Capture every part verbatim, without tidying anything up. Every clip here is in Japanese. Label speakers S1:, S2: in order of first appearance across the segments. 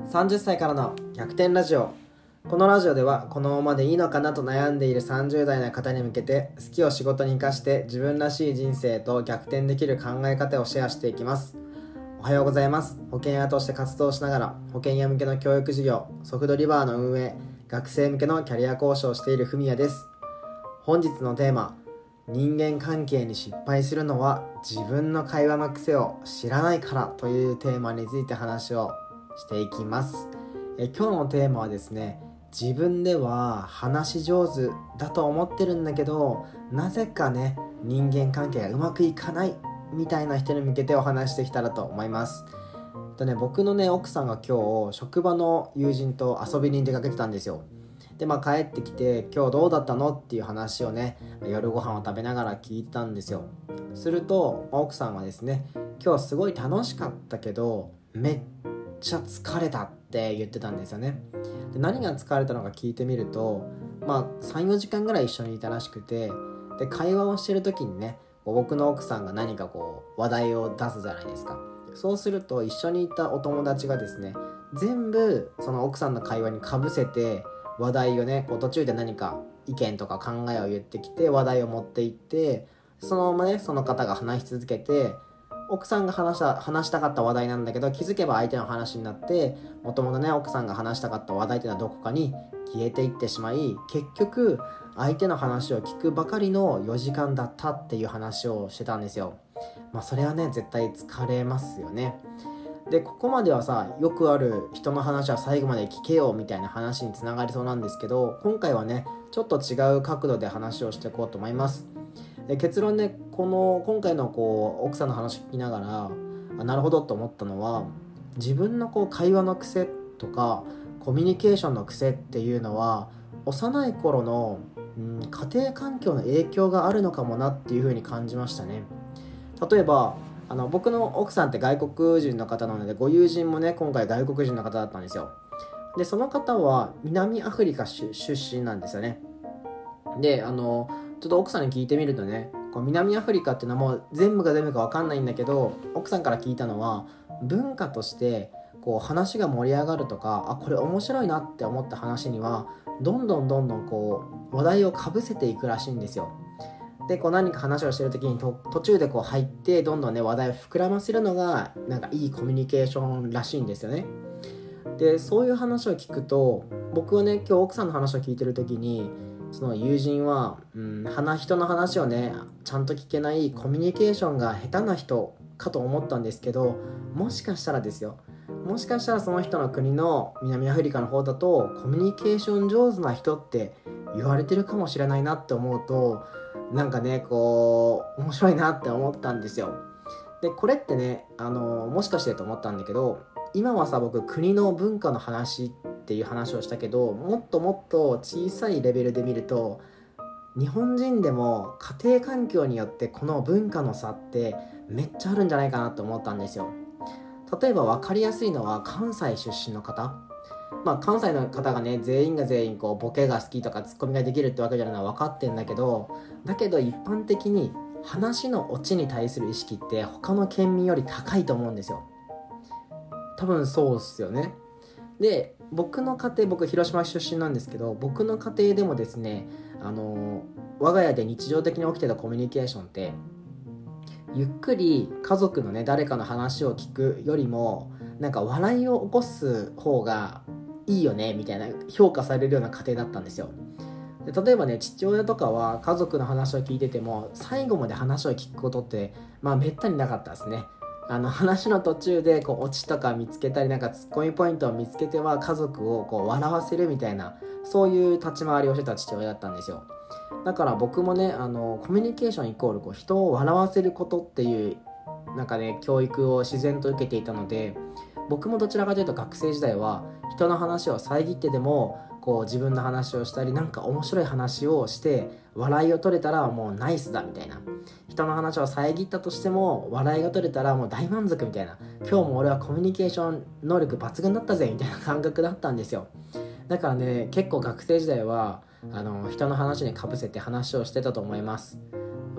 S1: さんじゅっさいからの逆転ラジオ。このラジオではこのままでいいのかなと悩んでいるさんじゅう代の方に向けて、好きを仕事に生かして自分らしい人生と逆転できる考え方をシェアしていきます。おはようございます。保険屋として活動しながら保険屋向けの教育事業ソフトリバーの運営、学生向けのキャリア講師をしているふみやです。本日のテーマ、人間関係に失敗するのは自分の会話の癖を知らないからというテーマについて話をしていきます。え今日のテーマはですね、自分では話し上手だと思ってるんだけど、なぜかね人間関係がうまくいかないみたいな人に向けてお話してきたらと思います。とね、僕のね奥さんが今日職場の友人と遊びに出かけてたんですよ。でまあ帰ってきて、今日どうだったのっていう話をね、夜ご飯を食べながら聞いたんですよ。すると奥さんはですね、今日すごい楽しかったけどめっちゃ疲れたって言ってたんですよね。で何が疲れたのか聞いてみると、まあさん、よじかんぐらい一緒にいたらしくて、で会話をしてる時にね、僕の奥さんが何かこう話題を出すじゃないですか。そうすると一緒にいたお友達がですね、全部その奥さんの会話にかぶせて話題をね、こう途中で何か意見とか考えを言ってきて話題を持っていって、そのままねその方が話し続けて、奥さんが話した話したかった話題なんだけど、気づけば相手の話になって、もともとね奥さんが話したかった話題っていうのはどこかに消えていってしまい、結局相手の話を聞くばかりのよじかんだったっていう話をしてたんですよ。まあそれはね絶対疲れますよね。でここまではさ、よくある人の話は最後まで聞けよみたいな話につながりそうなんですけど、今回はねちょっと違う角度で話をしていこうと思います。で結論ね、この今回のこう奥さんの話を聞きながら、あなるほどと思ったのは、自分のこう会話の癖とかコミュニケーションの癖っていうのは幼い頃の、うん、家庭環境の影響があるのかもなっていう風に感じましたね。例えばあの僕の奥さんって外国人の方なので、ご友人もね今回外国人の方だったんですよ。でその方は南アフリカ出身なんですよね。であのちょっと奥さんに聞いてみるとね、こう南アフリカっていうのはもう全部が全部か分かんないんだけど、奥さんから聞いたのは、文化としてこう話が盛り上がるとか、あこれ面白いなって思った話にはどんどんどんどんこう話題をかぶせていくらしいんですよ。でこう何か話をしてる時にと途中でこう入ってどんどんね話題を膨らませるのがなんかいいコミュニケーションらしいんですよね。でそういう話を聞くと、僕はね今日奥さんの話を聞いてる時に、その友人は、うん、人の話をねちゃんと聞けないコミュニケーションが下手な人かと思ったんですけど、もしかしたらですよ、もしかしたらその人の国の南アフリカの方だとコミュニケーション上手な人って言われてるかもしれないなって思うと、なんかねこう面白いなって思ったんですよ。でこれってね、あのもしかしてと思ったんだけど、今はさ僕国の文化の話っていう話をしたけど、もっともっと小さいレベルで見ると、日本人でも家庭環境によってこの文化の差ってめっちゃあるんじゃないかなと思ったんですよ。例えば分かりやすいのは関西出身の方、まあ関西の方がね全員が全員こうボケが好きとかツッコミができるってわけじゃないのは分かってんだけど、だけど一般的に話のオチに対する意識って他の県民より高いと思うんですよ。多分そうっすよね。で僕の家庭、僕広島出身なんですけど、僕の家庭でもですね、あの我が家で日常的に起きてたコミュニケーションって、ゆっくり家族のね誰かの話を聞くよりもなんか笑いを起こす方がいいよねみたいな評価されるような家庭だったんですよ。で例えばね、父親とかは家族の話を聞いてても最後まで話を聞くことってまあめったになかったですね。あの話の途中でこうオチとか見つけたり、なんかツッコミポイントを見つけては家族をこう笑わせるみたいな、そういう立ち回りをしてた父親だったんですよ。だから僕もね、あのコミュニケーションイコールこう人を笑わせることっていうなんかね教育を自然と受けていたので、僕もどちらかというと学生時代は人の話を遮ってでもこう自分の話をしたり、なんか面白い話をして笑いを取れたらもうナイスだみたいな、人の話を遮ったとしても笑いが取れたらもう大満足みたいな、今日も俺はコミュニケーション能力抜群だったぜみたいな感覚だったんですよ。だからね結構学生時代はあの人の話にかぶせて話をしてたと思います。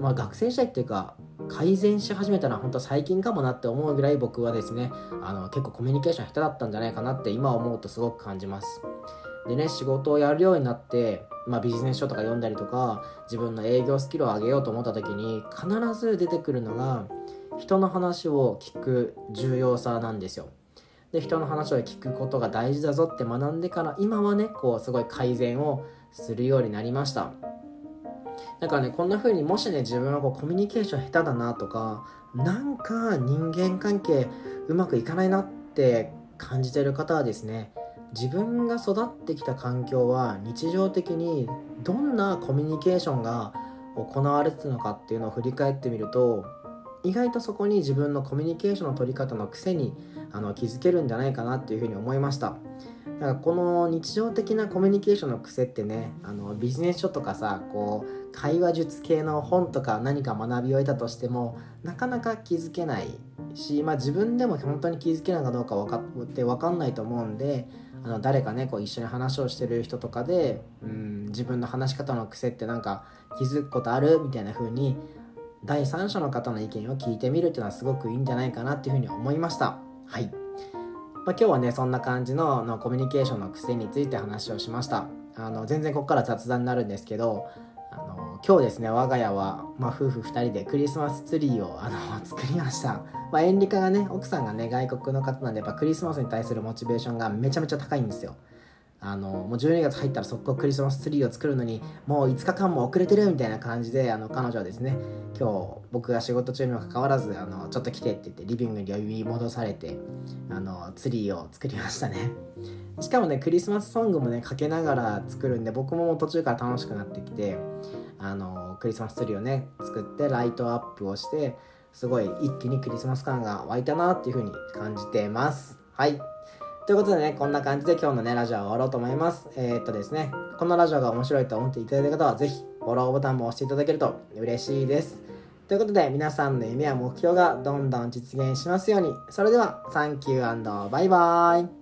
S1: まあ学生時代っていうか改善し始めたのは本当最近かもなって思うぐらい、僕はですねあの結構コミュニケーション下手だったんじゃないかなって今思うとすごく感じます。でね、仕事をやるようになって、まあ、ビジネス書とか読んだりとか自分の営業スキルを上げようと思った時に必ず出てくるのが人の話を聞く重要さなんですよ。で、人の話を聞くことが大事だぞって学んでから今はねこうすごい改善をするようになりました。だからね、こんな風にもしね自分はこうコミュニケーション下手だなとか、なんか人間関係うまくいかないなって感じてる方はですね、自分が育ってきた環境は日常的にどんなコミュニケーションが行われてたのかっていうのを振り返ってみると、意外とそこに自分のコミュニケーションの取り方の癖にあの気づけるんじゃないかなっていうふうに思いました。だからこの日常的なコミュニケーションの癖ってね、あのビジネス書とかさ、こう会話術系の本とか何か学びを得たとしてもなかなか気づけないし、まあ、自分でも本当に気づけないかどうか分かって分かんないと思うんで、あの誰かねこう一緒に話をしてる人とかで、うん、自分の話し方の癖ってなんか気づくことあるみたいな風に第三者の方の意見を聞いてみるっていうのはすごくいいんじゃないかなっていう風に思いました。はい、まあ、今日はねそんな感じ の, のコミュニケーションの癖について話をしました。あの全然ここから雑談になるんですけど、あの今日ですね我が家は、まあ、夫婦ふたりでクリスマスツリーをあの作りました。まあ、エンリカがね奥さんがね外国の方なんでやっぱクリスマスに対するモチベーションがめちゃめちゃ高いんですよ。あのもうじゅうにがつ入ったら速攻クリスマスツリーを作るのにもういつかかんも遅れてるみたいな感じで、あの彼女はですね今日僕が仕事中にもかかわらずあのちょっと来てって言ってリビングに呼び戻されてあのツリーを作りましたね。しかもねクリスマスソングもねかけながら作るんで、僕ももう途中から楽しくなってきて、あのクリスマスツリーをね作ってライトアップをしてすごい一気にクリスマス感が湧いたなっていう風に感じてます。はい、ということでね、こんな感じで今日のねラジオは終わろうと思います。えー、っとですねこのラジオが面白いと思っていただいた方はぜひフォローボタンも押していただけると嬉しいです。ということで皆さんの夢や目標がどんどん実現しますように。それではサンキュー&バイバイ。